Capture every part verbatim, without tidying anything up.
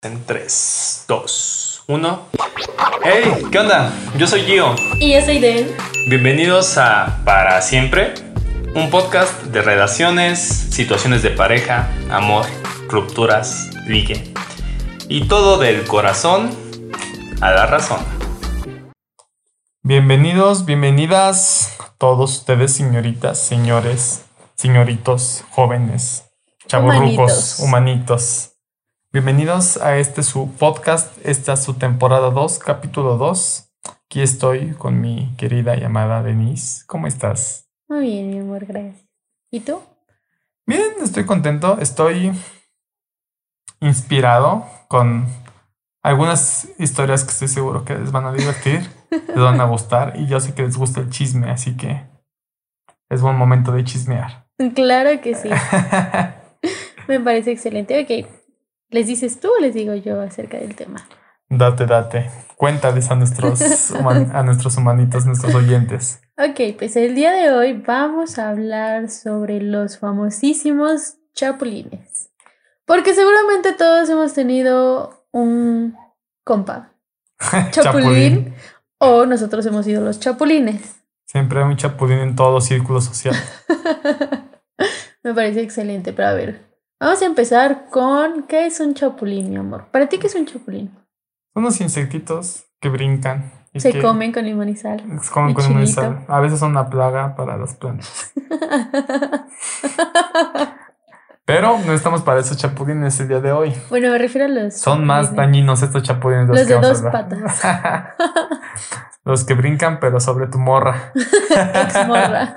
En tres, dos, uno. ¡Hey! ¿Qué onda? Yo soy Gio. Y yo soy Den. Bienvenidos a Para Siempre, un podcast de relaciones, situaciones de pareja, amor, rupturas, ligue. Y todo del corazón a la razón. Bienvenidos, bienvenidas todos ustedes, señoritas, señores, señoritos, jóvenes, chavorrucos, humanitos. Bienvenidos a este su podcast, esta es su temporada dos, capítulo dos. Aquí estoy con mi querida y amada Denise. ¿Cómo estás? Muy bien, mi amor, gracias. ¿Y tú? Bien, estoy contento, estoy inspirado con algunas historias que estoy seguro que les van a divertir, les van a gustar y yo sé que les gusta el chisme, así que es buen momento de chismear. Claro que sí. Me parece excelente. Ok. ¿Les dices tú o les digo yo acerca del tema? Date, date. Cuéntales a nuestros, human- a nuestros humanitos, nuestros oyentes. Ok, pues el día de hoy vamos a hablar sobre los famosísimos chapulines. Porque seguramente todos hemos tenido un compa chapulín, Chapulín. O nosotros hemos sido los chapulines. Siempre hay un chapulín en todos los círculos sociales. Me parece excelente, pero a ver, vamos a empezar con ¿qué es un chapulín, mi amor? ¿Para ti qué es un chapulín? Son unos insectitos que brincan. Y Se que comen con limón y sal. se comen y con limón y chilito. sal. A veces son una plaga para las plantas. Pero no estamos para esos chapulines el día de hoy. Bueno, me refiero a los Son más chapulines. dañinos estos chapulines los, Los que de vamos a dos hablar. Los que brincan pero sobre tu morra. Ex morra.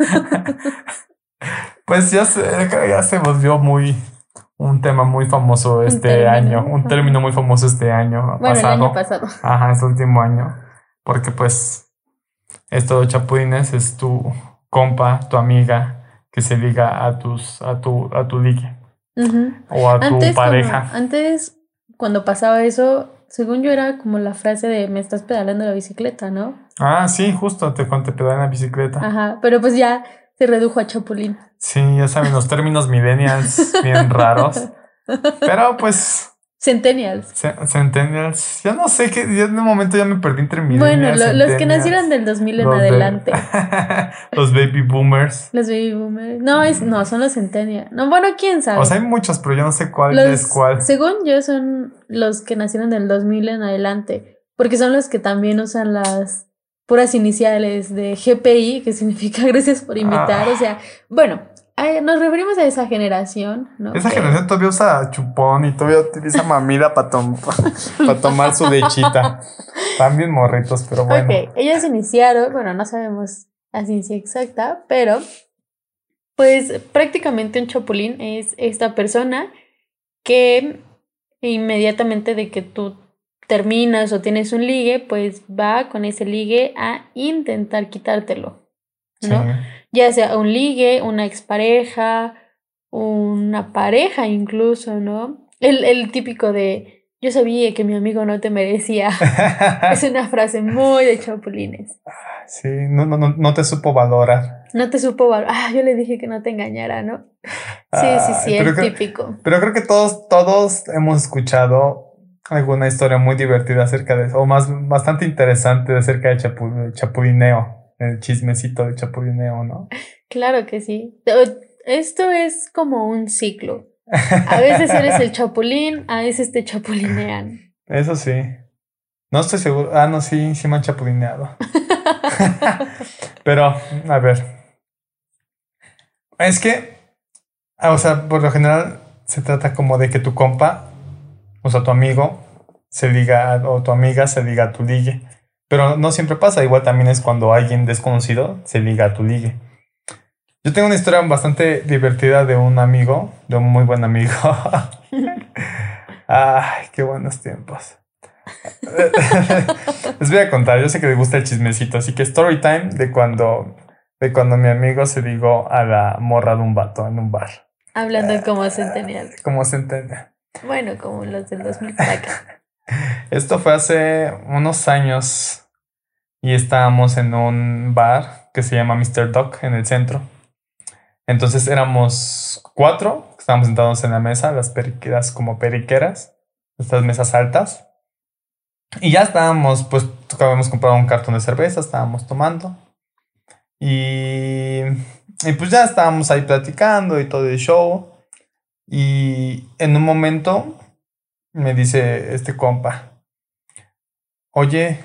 Pues ya se, ya se volvió muy un tema muy famoso este término. año, un término muy famoso este año Bueno, pasado. el año pasado. Ajá, este último año, porque pues esto de chapulines es tu compa, tu amiga que se liga a tus a tu a tu ligue Uh-huh. o a tu Antes, pareja. Cuando, antes, cuando pasaba eso, según yo era como la frase de me estás pedalando la bicicleta, ¿no? Ah, sí, justo te conté pedal en la bicicleta. Ajá, pero pues ya se redujo a chapulín. Sí, ya saben los términos millennials bien raros, pero pues Centennials. ce- centennials, ya no sé qué, ya en un momento ya me perdí entre Bueno, millennials, lo- los que centennials, nacieron del dos mil en los de- adelante. los baby boomers. Los baby boomers. No, es, no, son los centennials. No, bueno, quién sabe. O sea, hay muchos, pero yo no sé cuál Los- es cuál. Según yo, son los que nacieron del dos mil en adelante, porque son los que también usan las puras iniciales de G P I, que significa gracias por invitar. Ah. O sea, bueno, eh, nos referimos a esa generación, ¿no? Esa Que- generación todavía usa chupón y todavía utiliza mamila para tomar su lechita. Están bien morritos, pero bueno. Ok, ellos iniciaron, bueno, no sabemos la ciencia exacta, pero pues prácticamente un chapulín es esta persona que inmediatamente de que tú terminas o tienes un ligue, pues va con ese ligue a intentar quitártelo, ¿no? Sí. Ya sea un ligue, una expareja, una pareja incluso, ¿no? El, el típico de yo sabía que mi amigo no te merecía. Es una frase muy de chapulines. Sí, no, no, no, no te supo valorar. No te supo valorar. Ah, yo le dije que no te engañara, ¿no? Sí, sí, sí, Ay, es pero que- típico. Pero creo que todos, todos hemos escuchado alguna historia muy divertida acerca de eso, o más bastante interesante acerca de chapu- chapulineo, el chismecito de chapulineo, ¿no? Claro que sí. Esto es como un ciclo. A veces eres el chapulín, a veces te chapulinean. Eso sí. No estoy seguro. Ah, no, sí, sí me han chapulineado. Pero, a ver. Es que, o sea, por lo general se trata como de que tu compa, o sea, tu amigo, se liga, o tu amiga se liga a tu ligue. Pero no siempre pasa. Igual también es cuando alguien desconocido se liga a tu ligue. Yo tengo una historia bastante divertida de un amigo, de un muy buen amigo. Ay, qué buenos tiempos. Les voy a contar, yo sé que les gusta el chismecito, así que story time de cuando, de cuando mi amigo se ligó a la morra de un vato en un bar. Hablando como centennial. ¿Cómo se entiende? Bueno, como los del dos mil para acá. Esto fue hace unos años y estábamos en un bar que se llama mister Doc en el centro. Entonces éramos cuatro, estábamos sentados en la mesa, las periqueras como periqueras. estas mesas altas. Y ya estábamos, pues, habíamos comprado un cartón de cerveza, estábamos tomando. Y, y pues ya estábamos ahí platicando y todo el show. Y en un momento me dice este compa, oye,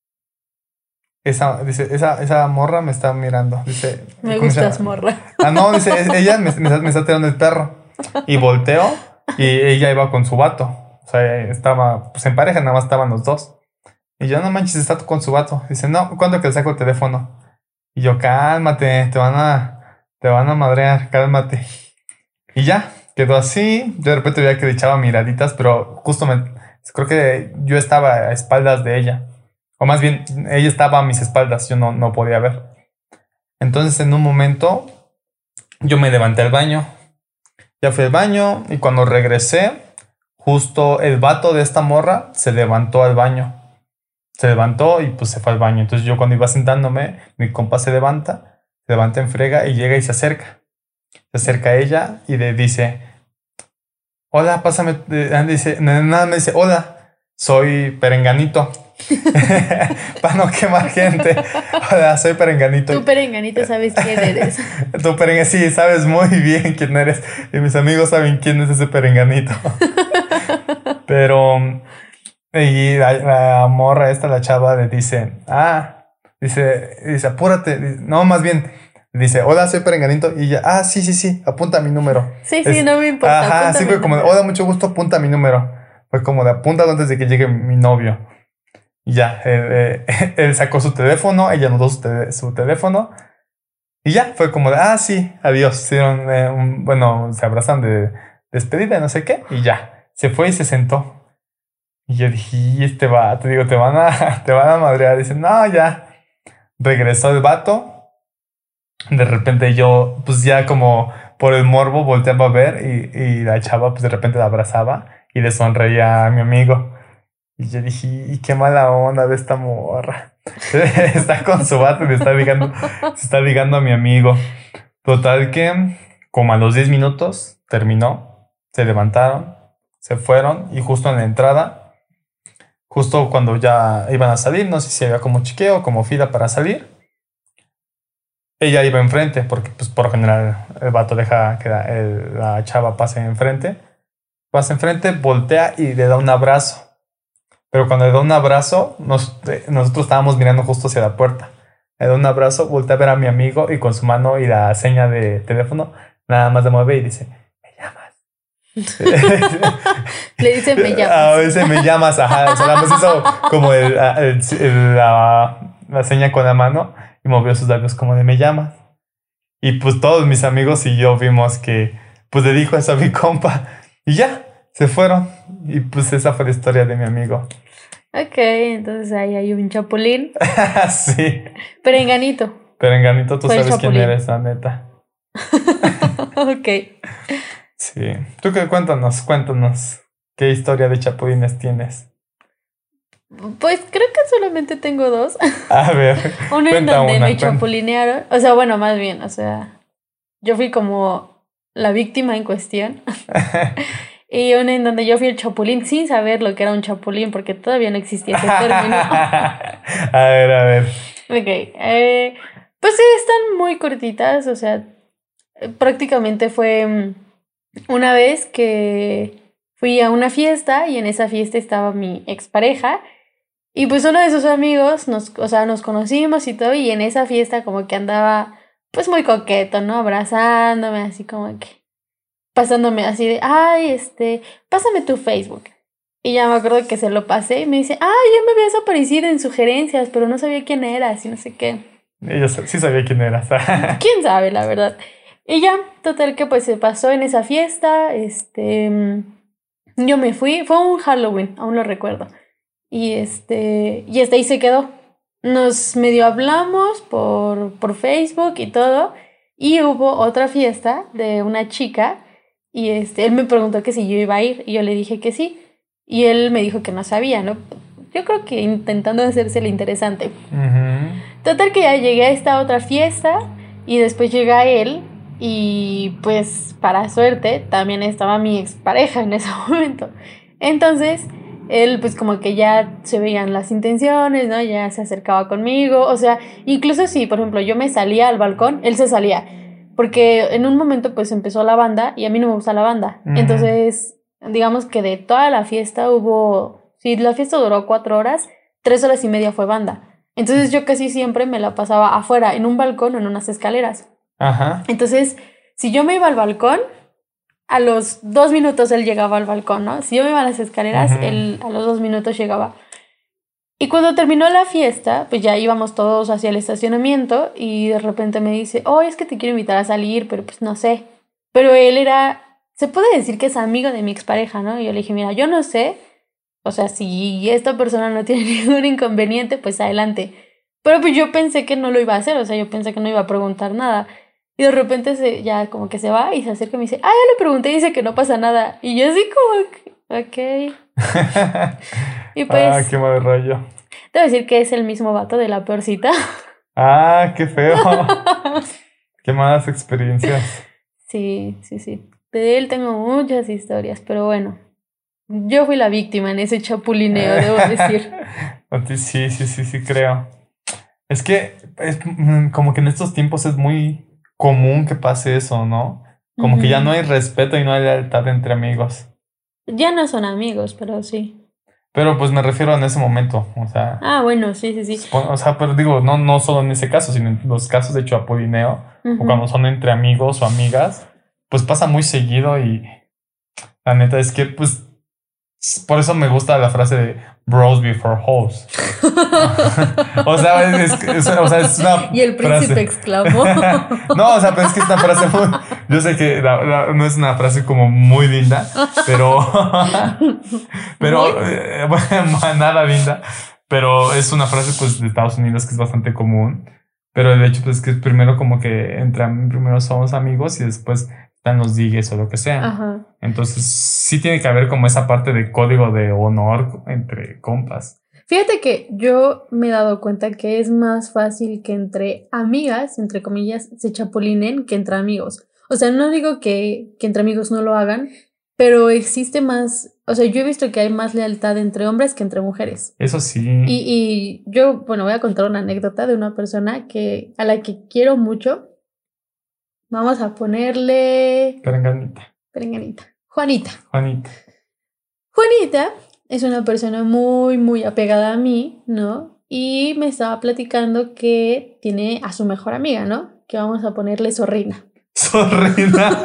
esa, dice, esa, esa morra me está mirando. Dice, Me ¿cómo se gustas, llama? morra. Ah, no, dice, es- ella me, me, me está tirando el perro. Y volteo y ella iba con su vato. O sea, estaba, pues en pareja, nada más estaban los dos. Y yo, no manches, está con su vato. Dice, no, ¿cuándo que le saco el teléfono? Y yo, cálmate, te van a, te van a madrear, cálmate. Y ya, quedó así. De repente veía que le echaba miraditas, pero justo me, creo que yo estaba a espaldas de ella. O más bien, ella estaba a mis espaldas, yo no, no podía ver. Entonces, en un momento, yo me levanté al baño. Ya fui al baño y cuando regresé, justo el vato de esta morra se levantó al baño. Se levantó y pues se fue al baño. Entonces yo cuando iba sentándome, mi compa se levanta, se levanta en frega y llega y se acerca. Se acerca a ella y le dice, hola, pásame, eh, dice, nada, me dice, hola, soy Perenganito. Para no quemar gente. Hola, soy Perenganito. Tú, Perenganito, sabes quién eres. Tú, Perenganito, sí, sabes muy bien quién eres. Y mis amigos saben quién es ese Perenganito. Pero... Y la, la morra esta, la chava, le dice, ah, dice, dice, apúrate. Dice, no, más bien, dice, hola, soy Perenganito. Y ella, ah, sí, sí, sí, apunta mi número. Sí, sí, es, no me importa. Ajá, sí, fue como de, hola, mucho gusto, apunta mi número. Fue como de, apúntalo antes de que llegue mi novio. Y ya, él, eh, él sacó su teléfono, ella anotó su, te su teléfono. Y ya, fue como de, ah, sí, adiós. Hicieron, eh, un, bueno, se abrazan de despedida, no sé qué. Y ya, se fue y se sentó. Y yo dije, y este vato, digo, te van a, te van a madrear. Dicen, no, ya. Regresó el vato. De repente yo, pues ya como por el morbo, volteaba a ver y, y la chava, pues de repente la abrazaba y le sonreía a mi amigo. Y yo dije, y qué mala onda de esta morra. Está con su vato y le está ligando, se está ligando a mi amigo. Total que, como a los diez minutos, terminó. Se levantaron, se fueron y justo en la entrada, justo cuando ya iban a salir, no sé si había como chiqueo, como fila para salir, ella iba enfrente, porque pues por lo general el vato deja que la, el, la chava pase enfrente. Pasa enfrente, voltea y le da un abrazo. Pero cuando le da un abrazo, nos, nosotros estábamos mirando justo hacia la puerta. Le da un abrazo, voltea a ver a mi amigo y con su mano y la seña de teléfono, nada más le mueve y dice, me llamas. Le dice me llamas. A veces me llamas, ajá. O sea, nada más hizo como el, el, el, la, la seña con la mano y movió sus labios como de me llamas. Y pues todos mis amigos y yo vimos que pues le dijo eso a mi compa y ya, se fueron. Y pues esa fue la historia de mi amigo. Ok, entonces ahí hay un chapulín. Sí. Perenganito. Perenganito, tú Fue el sabes quién chapulín. eres, la neta. Ok. Sí. Tú qué, cuéntanos, cuéntanos. ¿Qué historia de chapulines tienes? Pues creo que solamente tengo dos. A ver. Uno en cuenta donde una, me cuenta. chapulinearon. O sea, bueno, más bien, o sea, yo fui como la víctima en cuestión. Y uno en donde yo fui el chapulín sin saber lo que era un chapulín, porque todavía no existía ese término. A ver, a ver. Ok. Eh, pues sí, están muy cortitas. O sea, prácticamente fue mm, una vez que fui a una fiesta y en esa fiesta estaba mi expareja. Y pues uno de sus amigos, nos, o sea, nos conocimos y todo, y en esa fiesta como que andaba pues muy coqueto, ¿no? Abrazándome, así como que pasándome así de, ay, este, pásame tu Facebook. Y ya me acuerdo que se lo pasé y me dice, ay, ya me habías aparecido en sugerencias, pero no sabía quién eras y no sé qué. Ella sí sabía quién eras. ¿Quién sabe, la verdad? Y ya, total que pues se pasó en esa fiesta, este, yo me fui, fue un Halloween, aún lo recuerdo. Y este, y hasta ahí se quedó. Nos medio hablamos por, por Facebook y todo. Y hubo otra fiesta de una chica. Y este, él me preguntó que si yo iba a ir. Y yo le dije que sí. Y él me dijo que no sabía, ¿no? Yo creo que intentando hacerse lo interesante. Uh-huh. Total que ya llegué a esta otra fiesta. Y después llega él. Y pues, para suerte, también estaba mi expareja en ese momento. Entonces, él pues como que ya se veían las intenciones, ¿no? Ya se acercaba conmigo, o sea, incluso si, por ejemplo, yo me salía al balcón, él se salía, porque en un momento pues empezó la banda y a mí no me gusta la banda. Mm. Entonces, digamos que de toda la fiesta hubo, si la fiesta duró cuatro horas, tres horas y media fue banda. Entonces yo casi siempre me la pasaba afuera, en un balcón o en unas escaleras. Ajá. Entonces, si yo me iba al balcón, a los dos minutos él llegaba al balcón, ¿no? Si yo me iba a las escaleras, Ujú. él a los dos minutos llegaba. Y cuando terminó la fiesta, pues ya íbamos todos hacia el estacionamiento y de repente me dice, oh, es que te quiero invitar a salir, pero pues no sé. Pero él era, se puede decir que es amigo de mi expareja, ¿no? Y yo le dije, mira, yo no sé, o sea, si esta persona no tiene ningún inconveniente, pues adelante. Pero pues yo pensé que no lo iba a hacer, o sea, yo pensé que no iba a preguntar nada. Y de repente se, ya como que se va y se acerca y me dice, ah, ya le pregunté y dice que no pasa nada. Y yo así como, que, ok. Y pues, Ah, qué mal rollo. debo decir que es el mismo vato de la peor cita. Ah, qué feo. Qué malas experiencias. Sí, sí, sí. De él tengo muchas historias, pero bueno, yo fui la víctima en ese chapulineo, debo decir. A ti sí, sí, sí, sí, creo. Es que es mm, como que en estos tiempos es muy común que pase eso, ¿no? Como que ya no Ujú. hay respeto y no hay lealtad entre amigos. Ya no son amigos, pero sí. Pero pues me refiero en ese momento, o sea, Ah, bueno, sí, sí, sí. supo- o sea, pero digo, no, no solo en ese caso, sino en los casos de chapulineo, o cuando Ujú. son entre amigos o amigas, pues pasa muy seguido y la neta es que, pues, por eso me gusta la frase de bros before hoes. O sea, es, es- o sea, es una Y el príncipe frase. exclamó. No, o sea, pero es que es una frase muy. Yo sé que la- la- no es una frase como muy linda, pero. Pero. Muy. eh, bueno, nada linda. Pero es una frase, pues, de Estados Unidos que es bastante común. Pero el hecho, pues, que primero, como que entran, primero somos amigos y después están los digues o lo que sea. Ajá. Entonces, sí tiene que haber como esa parte de código de honor entre compas. Fíjate que yo me he dado cuenta que es más fácil que entre amigas, entre comillas, se chapulinen que entre amigos. O sea, no digo que, que entre amigos no lo hagan, pero existe más, o sea, yo he visto que hay más lealtad entre hombres que entre mujeres. Eso sí. Y, y yo, bueno, voy a contar una anécdota de una persona que, a la que quiero mucho. Vamos a ponerle Perenganita. perenganita. Juanita. Juanita. Juanita es una persona muy, muy apegada a mí, ¿no? Y me estaba platicando que tiene a su mejor amiga, ¿no? Que vamos a ponerle Zorrina. Zorrina.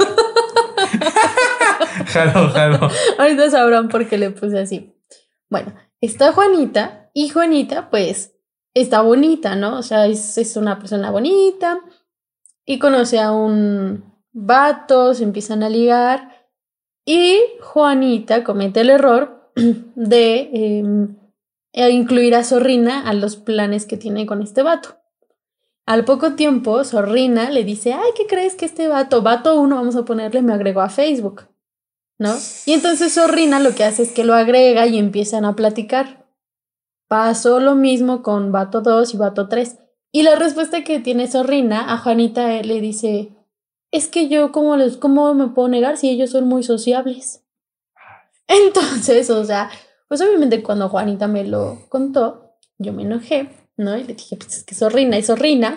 Jalo, jalo. Ahorita sabrán por qué le puse así. Bueno, está Juanita y Juanita, pues, está bonita, ¿no? O sea, es, es una persona bonita y conoce a un vato, se empiezan a ligar y Juanita comete el error de eh, incluir a Zorrina a los planes que tiene con este vato. Al poco tiempo, Zorrina le dice, ay, ¿qué crees que este vato, vato uno, vamos a ponerle, me agregó a Facebook, ¿no? Y entonces Zorrina lo que hace es que lo agrega y empiezan a platicar. Pasó lo mismo con vato dos y vato tres. Y la respuesta que tiene Zorrina a Juanita le dice, es que yo, ¿cómo, les, ¿cómo me puedo negar si ellos son muy sociables? Entonces, o sea, pues obviamente cuando Juanita me lo contó, yo me enojé, ¿no? Y le dije, pues es que Zorrina es Zorrina.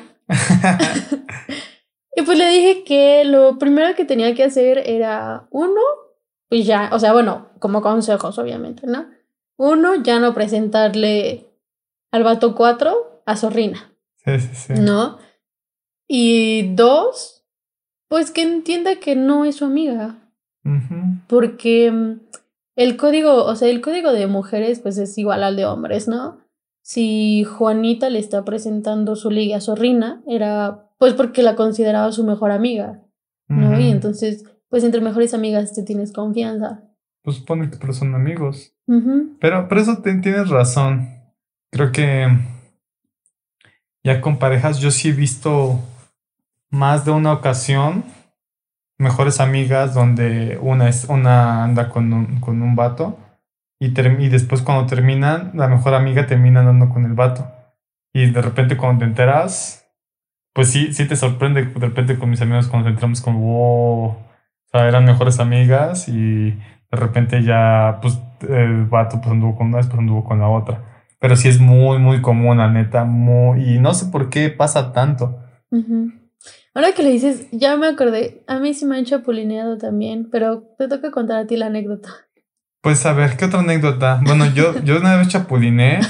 Y pues le dije que lo primero que tenía que hacer era, uno, pues ya, o sea, bueno, como consejos, obviamente, ¿no? Uno, ya no presentarle al vato cuatro a Zorrina. Sí, sí, sí. ¿No? Y dos, pues que entienda que no es su amiga. Uh-huh. Porque mm, el código, o sea, el código de mujeres, pues es igual al de hombres, ¿no? Si Juanita le está presentando su liga a Zorrina, era pues porque la consideraba su mejor amiga, ¿no? Uh-huh. Y entonces, pues entre mejores amigas te tienes confianza. Pues supone que pero son amigos. Uh-huh. Pero, pero eso te, tienes razón. Creo que ya con parejas yo sí he visto más de una ocasión mejores amigas donde una, es, una anda con un, con un vato y, ter, y después cuando terminan, la mejor amiga termina andando con el vato. Y de repente cuando te enteras, pues sí, sí te sorprende. De repente con mis amigos cuando nos entramos como, wow, o sea, eran mejores amigas y de repente ya, pues, el vato pues anduvo con una, después anduvo con la otra. Pero sí es muy, muy común, la neta, muy... Y no sé por qué pasa tanto. Ujú. Ahora que le dices, ya me acordé, a mí sí me han chapulineado también, pero te toca contar a ti la anécdota. Pues a ver, ¿qué otra anécdota? Bueno, yo, yo una vez chapuliné,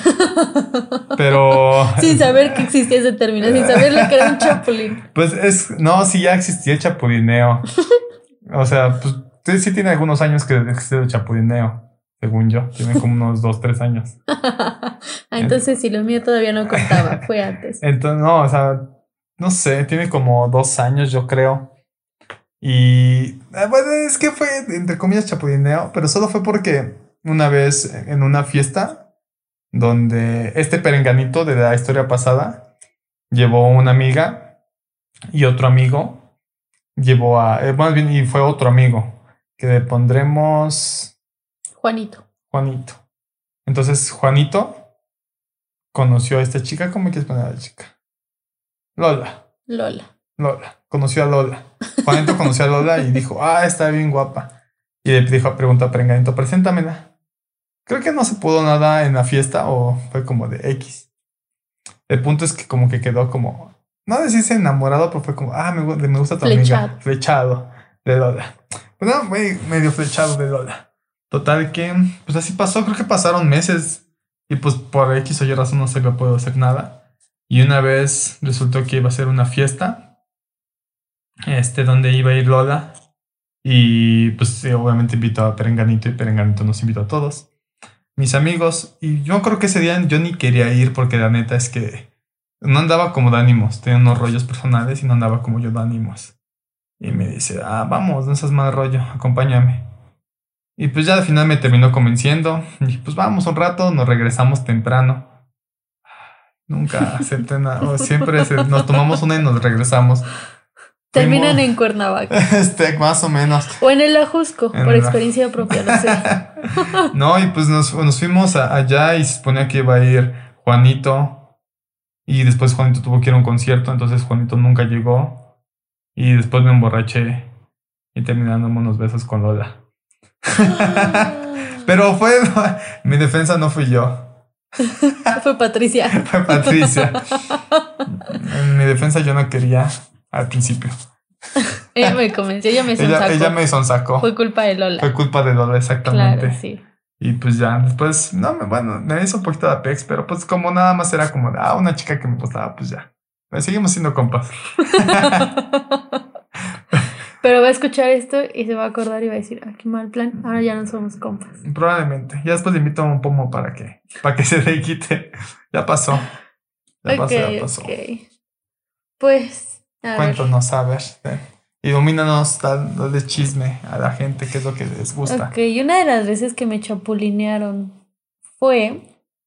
pero... Sin saber que existía ese término, sin saber lo que era un chapulín. Pues es... No, sí ya existía el chapulineo. O sea, pues sí, sí tiene algunos años que existe el chapulineo, según yo. Tiene como unos dos, tres años. Ah, entonces si lo mío todavía no contaba, fue antes. Entonces, no, o sea, no sé, tiene como dos años, yo creo. Y eh, bueno, es que fue entre comillas chapulineo, pero solo fue porque una vez en una fiesta donde este perenganito de la historia pasada llevó una amiga y otro amigo llevó a, eh, más bien, y fue otro amigo que le pondremos Juanito. Juanito. Entonces Juanito conoció a esta chica. ¿Cómo quieres poner a la chica? Lola. Lola. Lola. Conoció a Lola. Juanito conoció a Lola y dijo, ah, está bien guapa. Y le dijo, preguntó a Perenganito, preséntamela. Creo que no se pudo nada en la fiesta o fue como de X. El punto es que como que quedó como, no decirse enamorado, pero fue como, ah, me, me gusta tu Flechado. amiga. Flechado de Lola. Pues no, medio flechado de Lola. Total que, pues así pasó, creo que pasaron meses y pues por X o Y razón no se le pudo hacer nada. Y una vez resultó que iba a ser una fiesta, este, donde iba a ir Lola y pues sí, obviamente invitó a Perenganito y Perenganito nos invitó a todos, mis amigos, y yo creo que ese día yo ni quería ir porque la neta es que no andaba como de ánimos, tenía unos rollos personales y no andaba como yo de ánimos. Y me dice, ah, vamos, no seas mal rollo, acompáñame. Y pues ya al final me terminó convenciendo. Y pues vamos un rato, nos regresamos temprano. Nunca acepté nada. O siempre se, nos tomamos una y nos regresamos. Terminan Fuimos, en Cuernavaca. este, más o menos. O en el Ajusco, En por la- experiencia propia, lo sé. No, y pues nos, nos fuimos a- allá y se suponía que iba a ir Juanito. Y después Juanito tuvo que ir a un concierto, entonces Juanito nunca llegó. Y después me emborraché y terminamos unos besos con Lola. Pero fue, mi defensa no fui yo, Fue Patricia. fue Patricia. En mi defensa yo no quería al principio. Ella me convenció, ella me Ella, sonsacó. ella me sonsacó. Fue culpa de Lola. Fue culpa de Lola, exactamente. Claro, sí. Y pues ya, después, no, me- bueno, me hizo un poquito de apex, pero pues como nada más era como de, ah, una chica que me gustaba, pues ya. Pues seguimos siendo compas. Pero va a escuchar esto y se va a acordar y va a decir, ah, qué mal plan, ahora ya no somos compas. Probablemente. Ya después le invito a un pomo para que, para que se le quite. Ya pasó. Ya Ok, pasó, ya pasó. ok. Pues, a ver. Cuéntanos, a ver. eh, Ilumínanos, dal- dale chisme a la gente, qué es lo que les gusta. Ok, y una de las veces que me chapulinearon fue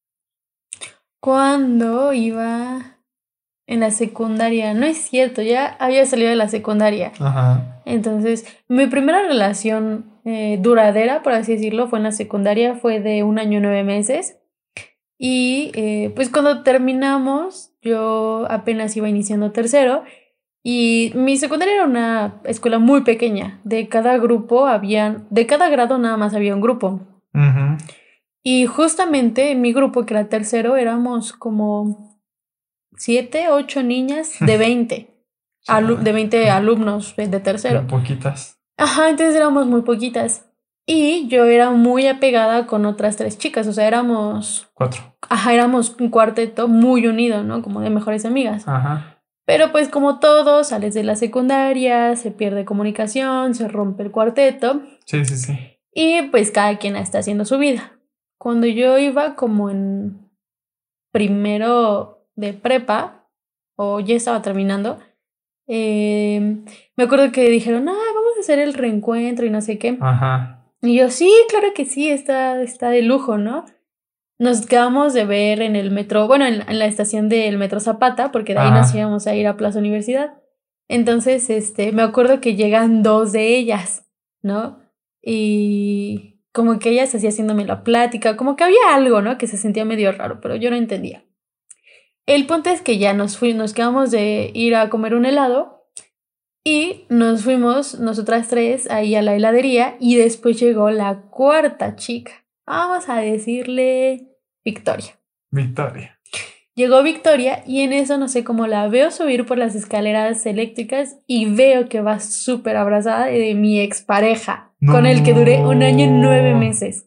cuando iba en la secundaria. No es cierto, ya había salido de la secundaria. Ajá. Entonces, mi primera relación eh, duradera, por así decirlo, fue en la secundaria, fue de un año y nueve meses. Y eh, pues cuando terminamos, yo apenas iba iniciando tercero. Y mi secundaria era una escuela muy pequeña. De cada grupo habían, de cada grado nada más había un grupo. Ujú. Y justamente en mi grupo, que era tercero, éramos como siete, ocho niñas de veinte, alu- de veinte alumnos de Qué tercero. poquitas. Ajá, entonces éramos muy poquitas. Y yo era muy apegada con otras tres chicas, o sea, éramos, Cuatro. ajá, éramos un cuarteto muy unido, ¿no? Como de mejores amigas. Ajá. Pero pues como todo, sales de la secundaria, se pierde comunicación, se rompe el cuarteto Sí, sí, sí. y pues cada quien está haciendo su vida. Cuando yo iba como en primero de prepa, o ya estaba terminando, eh, me acuerdo que dijeron, ah, vamos a hacer el reencuentro y no sé qué. Ajá. Y yo, sí, claro que sí, está, está de lujo, ¿no? Nos quedamos de ver en el metro, bueno, en, en la estación del metro Zapata, porque de ahí Ajá. nos íbamos a ir a Plaza Universidad. Entonces, este, me acuerdo que llegan dos de ellas, ¿no? Y como que ellas así haciéndome la plática, como que había algo, ¿no? Que se sentía medio raro, pero yo no entendía. El punto es que ya nos fuimos, nos quedamos de ir a comer un helado Y nos fuimos, nosotras tres, ahí a la heladería y después llegó la cuarta chica. Vamos a decirle Victoria. Victoria. Llegó Victoria y en eso no sé cómo la veo subir por las escaleras eléctricas y veo que va súper abrazada de mi expareja, no. Con el que duré un año y nueve meses.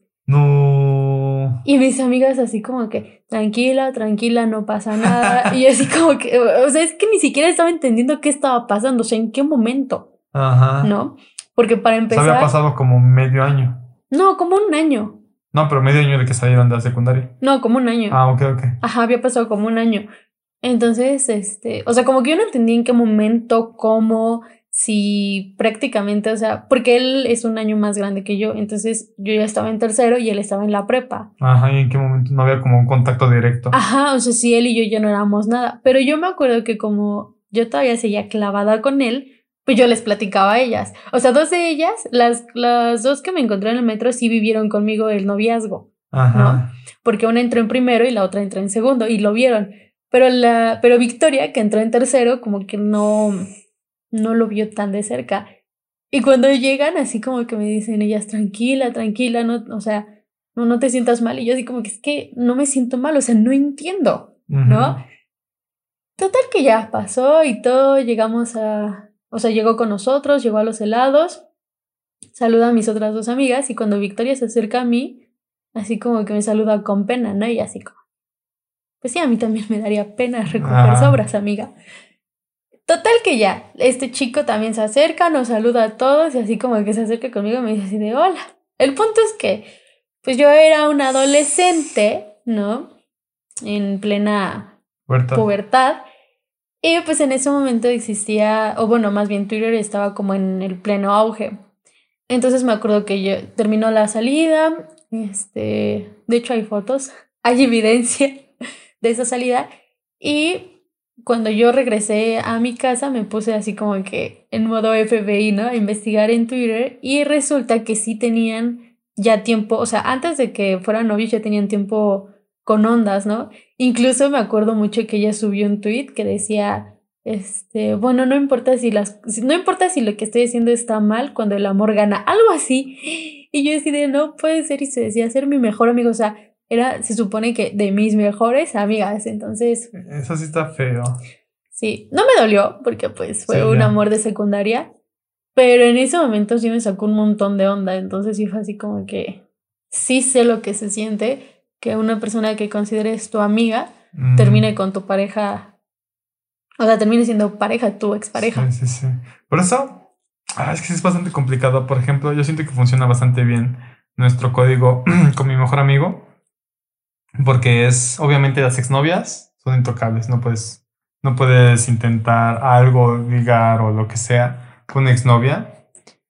No. Y mis amigas así como que, tranquila, tranquila, no pasa nada. Y así como que, o sea, es que ni siquiera estaba entendiendo qué estaba pasando, o sea, en qué momento. Ajá. ¿No? Porque para empezar... O sea, había pasado como medio año. No, como un año. No, pero medio año de que salieron de la secundaria. No, como un año. Ah, ok, ok. Ajá, había pasado como un año. Entonces, este, o sea, como que yo no entendí en qué momento, cómo, si prácticamente, o sea, porque él es un año más grande que yo, entonces yo ya estaba en tercero y él estaba en la prepa. Ajá, ¿y en qué momento no había como un contacto directo? Ajá, o sea, sí, él y yo ya no éramos nada, pero yo me acuerdo que como yo todavía seguía clavada con él, pues yo les platicaba a ellas. O sea, dos de ellas, las, las dos que me encontré en el metro, sí vivieron conmigo el noviazgo. Ajá. ¿No? Porque una entró en primero y la otra entró en segundo y lo vieron. Pero, la, pero Victoria, que entró en tercero, como que no, no lo vio tan de cerca. Y cuando llegan, así como que me dicen ellas, tranquila, tranquila, no, o sea, no, no te sientas mal. Y yo así como que es que no me siento mal, o sea, no entiendo, ¿no? Uh-huh. Total que ya pasó y todo, llegamos a... O sea, llegó con nosotros, llegó a los helados, saluda a mis otras dos amigas y cuando Victoria se acerca a mí, así como que me saluda con pena, ¿no? Y así como, pues sí, a mí también me daría pena recoger ah. sobras, amiga. Total que ya, este chico también se acerca, nos saluda a todos y así como que se acerca conmigo y me dice así de hola. El punto es que, pues yo era una adolescente, ¿no? En plena pubertad. pubertad. Y pues en ese momento existía, o bueno, más bien Twitter estaba como en el pleno auge. Entonces me acuerdo que yo terminó la salida, este, de hecho hay fotos, hay evidencia de esa salida. Y cuando yo regresé a mi casa me puse así como que en modo F B I, ¿no? A investigar en Twitter y resulta que sí tenían ya tiempo, o sea, antes de que fueran novios ya tenían tiempo con ondas, ¿no? Incluso me acuerdo mucho que ella subió un tweet que decía, este, bueno, no importa si las, no importa si lo que estoy haciendo está mal cuando el amor gana, algo así. Y yo decidí, no puede ser, y se decía ser mi mejor amigo, o sea, era, se supone que de mis mejores amigas, entonces... Eso sí está feo. Sí, no me dolió porque pues fue sí, un ya. amor de secundaria, pero en ese momento sí me sacó un montón de onda, entonces sí fue así como que sí sé lo que se siente que una persona que consideres tu amiga mm. termine con tu pareja, o sea, termine siendo pareja, tu expareja. Sí, sí, sí. Por eso, ah, es que es bastante complicado. Por ejemplo, yo siento que funciona bastante bien nuestro código con mi mejor amigo, porque es, obviamente las exnovias son intocables, no puedes, no puedes intentar algo, ligar o lo que sea con una exnovia,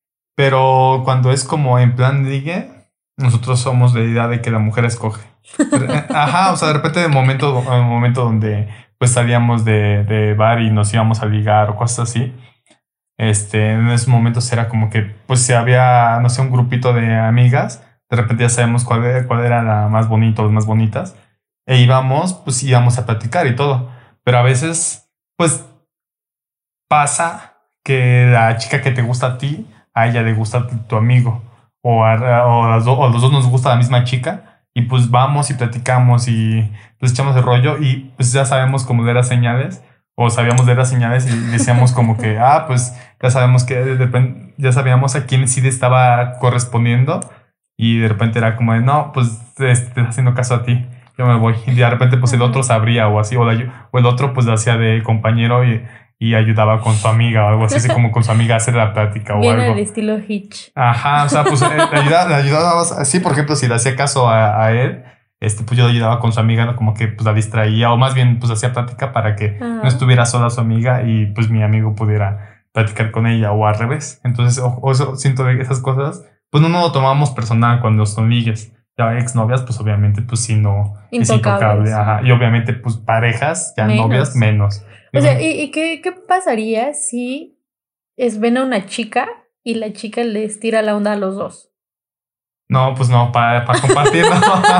pero cuando es como en plan ligue, nosotros somos de la idea de que la mujer escoge. Ajá, o sea, de repente de momento, un momento donde pues salíamos de, de bar y nos íbamos a ligar o cosas así, este, en esos momentos era como que pues si había, no sé, un grupito de amigas, de repente ya sabemos cuál era, cuál era la más bonita o las más bonitas, e íbamos, pues íbamos a platicar y todo, pero a veces pues pasa que la chica que te gusta a ti, a ella le gusta a tu amigo, o a, o, a los, o a los dos nos gusta la misma chica, y pues vamos y platicamos y pues echamos el rollo y pues ya sabemos cómo leer las señales, o sabíamos leer las señales y decíamos como que, ah, pues ya sabemos que de repente, ya sabíamos a quién sí le estaba correspondiendo y de repente era como de, no, pues te estás haciendo caso a ti, yo me voy. Y de repente pues el otro sabría o así, o, la, o el otro pues lo hacía de compañero y... y ayudaba con su amiga o algo así, así como con su amiga a hacer la plática o bien algo. Bien al estilo Hitch. Ajá, o sea, pues le ayudaba, le ayudaba, sí, por ejemplo, si le hacía caso a, a él, este, pues yo le ayudaba con su amiga, ¿no? Como que pues la distraía o más bien pues hacía plática para que Ajá. no estuviera sola su amiga y pues mi amigo pudiera platicar con ella o al revés. Entonces, o, o eso, siento de esas cosas, pues no nos lo tomamos personal cuando son ligues. Ya exnovias, pues obviamente, pues sí, no es intocable. Ajá. Y obviamente, pues parejas, ya menos. Novias, menos. O sea, ¿y, y qué, qué pasaría si es, ven a una chica y la chica les tira la onda a los dos? No, pues no, para pa compartir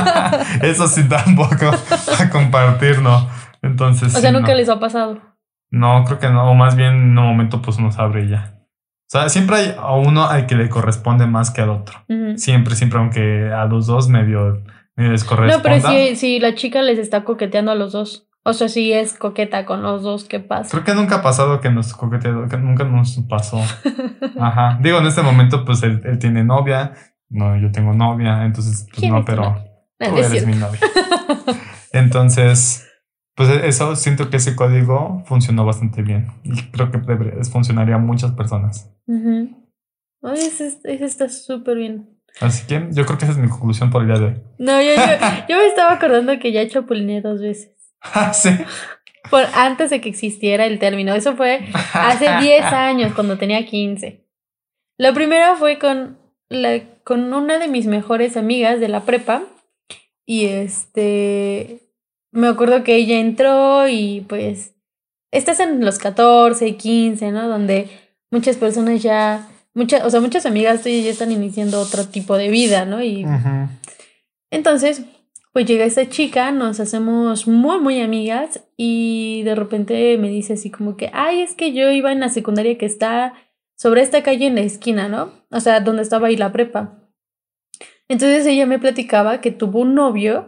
no. Eso sí tampoco, para compartir no. Entonces, o sea, sí, nunca no. les ha pasado. No, creo que no. O más bien en un momento pues uno abre ya. O sea, siempre hay a uno al que le corresponde más que al otro. Ujú. Siempre, siempre, aunque a los dos medio, medio les No, pero corresponda. si, si la chica les está coqueteando a los dos. O sea, si es coqueta con los dos, ¿qué pasa? Creo que nunca ha pasado que nos coqueteó, que nunca nos pasó. Ajá. Digo, en este momento, pues él, él tiene novia. No, yo tengo novia. Entonces, pues ¿Quién no, es tu pero novia? No, tú no es eres mi cierto. novia. Entonces, pues eso siento que ese código funcionó bastante bien. Y creo que debería- funcionaría a muchas personas. Ujú. Ay, ese, es- ese está súper bien. Así que yo creo que esa es mi conclusión por el día de hoy. No, yo, yo, yo me estaba acordando que ya chapulineé dos veces. Ah, sí. Por, antes de que existiera el término. Eso fue hace diez años, cuando tenía quince. La primera fue con, la, con una de mis mejores amigas de la prepa. Y este. Me acuerdo que ella entró y pues. Estás en los catorce, quince, ¿no? Donde muchas personas ya. Muchas, o sea, muchas amigas tuyas ya están iniciando otro tipo de vida, ¿no? Y Ujú. entonces, pues llega esta chica, nos hacemos muy, muy amigas y de repente me dice así como que, ay, es que yo iba en la secundaria que está sobre esta calle en la esquina, ¿no? O sea, donde estaba ahí la prepa. Entonces ella me platicaba que tuvo un novio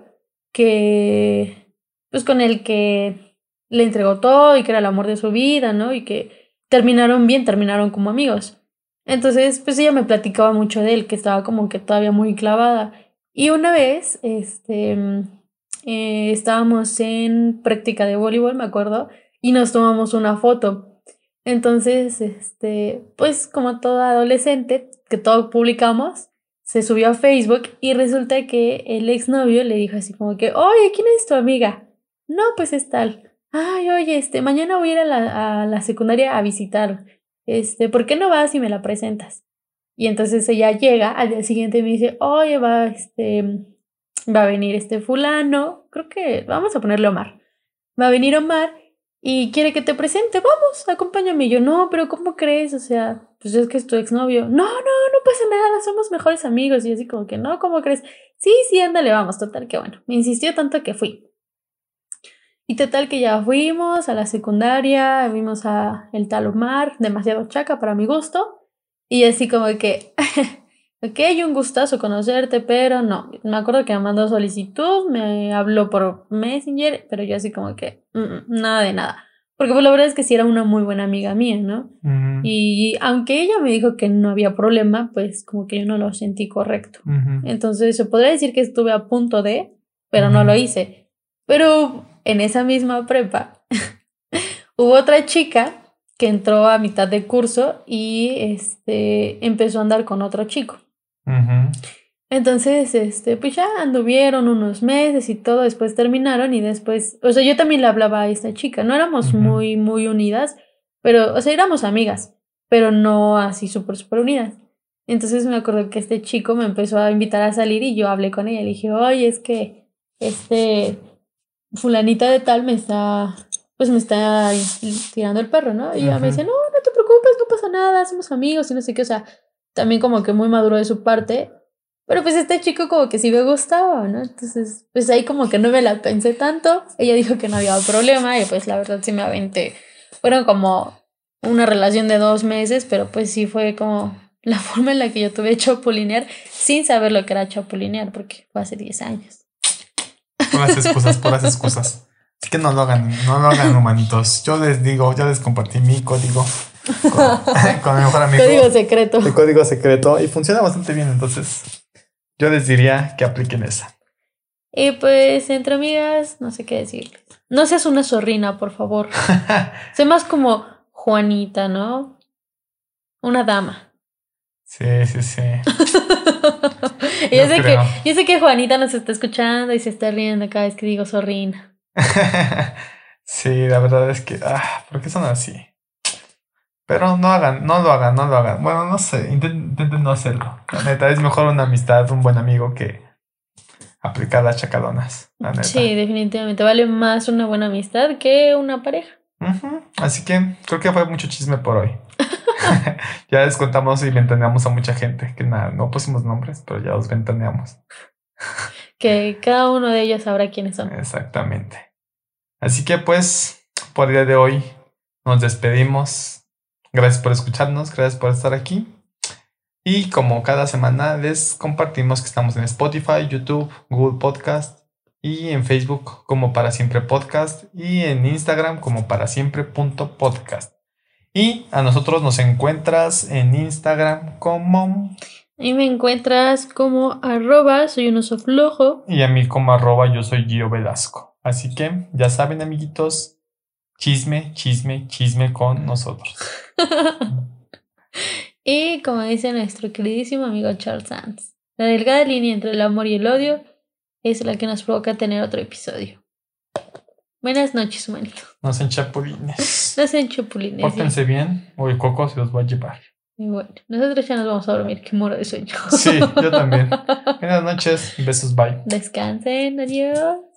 que, pues con el que le entregó todo y que era el amor de su vida, ¿no? Y que terminaron bien, terminaron como amigos. Entonces, pues ella me platicaba mucho de él, que estaba como que todavía muy clavada. Y una vez, este, mm, eh, estábamos en práctica de voleibol, me acuerdo, y nos tomamos una foto. Entonces, este, pues como toda adolescente, que todo publicamos, se subió a Facebook y resulta que el exnovio le dijo así como que, oye, ¿quién es tu amiga? No, pues es tal. Ay, oye, este, mañana voy a ir a la, a la secundaria a visitar. Este, ¿por qué no vas y me la presentas? Y entonces ella llega al día siguiente y me dice, oye, va, este, va a venir este fulano, creo que vamos a ponerle Omar. Va a venir Omar y quiere que te presente, vamos, acompáñame. Y yo, no, pero ¿cómo crees? O sea, pues es que es tu exnovio. No, no, no pasa nada, somos mejores amigos. Y yo así como que, no, ¿cómo crees? Sí, sí, ándale, vamos, total, que bueno. Me insistió tanto que fui. Y total que ya fuimos a la secundaria, vimos a el tal Omar, demasiado chaca para mi gusto. Y así como que, ok, un gustazo conocerte, pero no. Me acuerdo que me mandó solicitud, me habló por Messenger, pero yo así como que, mm, mm, nada de nada. Porque pues la verdad es que sí era una muy buena amiga mía, ¿no? Ujú. Y aunque ella me dijo que no había problema, pues como que yo no lo sentí correcto. Ujú. Entonces se podría decir que estuve a punto de, pero no Ujú. lo hice. Pero en esa misma prepa hubo otra chica que entró a mitad de curso y este empezó a andar con otro chico. Ujú. Entonces, este, pues ya anduvieron unos meses y todo, después terminaron y después, o sea, yo también le hablaba a esta chica, no éramos Ujú. muy, muy unidas, pero, o sea, éramos amigas, pero no así súper, súper unidas. Entonces me acuerdo que este chico me empezó a invitar a salir y yo hablé con ella, le dije, oye, es que, este, fulanita de tal me está, pues me está tirando el perro, ¿no? Y ella me Ujú. dice, no, no te preocupes, no pasa nada, somos amigos y no sé qué, o sea, también como que muy maduro de su parte. Pero pues este chico como que sí me gustaba, ¿no? Entonces, pues ahí como que no me la pensé tanto. Ella dijo que no había problema y pues la verdad sí me aventé. Fueron como una relación de dos meses, pero pues sí fue como la forma en la que yo tuve chapulinear sin saber lo que era chapulinear, porque fue hace diez años. Puras excusas, puras excusas. Así que no lo hagan, no lo hagan, humanitos. Yo les digo, ya les compartí mi código con, con mi mejor amigo. Código secreto. El código secreto y funciona bastante bien, entonces yo les diría que apliquen esa. Y pues entre amigas, no sé qué decirles. No seas una zorrina, por favor. Sé más como Juanita, ¿no? Una dama. Sí, sí, sí. Y yo Yo sé que, creo. yo sé que Juanita nos está escuchando y se está riendo cada vez que digo zorrina. Sí, la verdad es que, ah, ¿por qué son así? Pero no hagan, no lo hagan, no lo hagan. Bueno, no sé, intenten, intenten no hacerlo. La neta, es mejor una amistad, un buen amigo que aplicar las chacalonas. La neta. Sí, definitivamente. Vale más una buena amistad que una pareja. Ujú. Así que creo que fue mucho chisme por hoy. Ya les contamos y ventaneamos a mucha gente. Que nada, no pusimos nombres, pero ya los ventaneamos. Que cada uno de ellos sabrá quiénes son. Exactamente. Así que pues, por el día de hoy, nos despedimos. Gracias por escucharnos, gracias por estar aquí. Y como cada semana les compartimos que estamos en Spotify, YouTube, Google Podcast y en Facebook como Para Siempre Podcast y en Instagram como para siempre punto podcast. Y a nosotros nos encuentras en Instagram como... Y me encuentras como arroba soy un oso flojo. Y a mí como arroba yo soy Gio Velasco. Así que ya saben, amiguitos, chisme, chisme, chisme con nosotros. Y como dice nuestro queridísimo amigo Charles Sands, la delgada línea entre el amor y el odio es la que nos provoca tener otro episodio. Buenas noches, humanito. No sean chapulines. No sean chapulines. Pórtense bien o el coco se los va a llevar. Y bueno, nosotros ya nos vamos a dormir, que muero de sueño. Sí, yo también. Buenas noches, besos, bye. Descansen, adiós.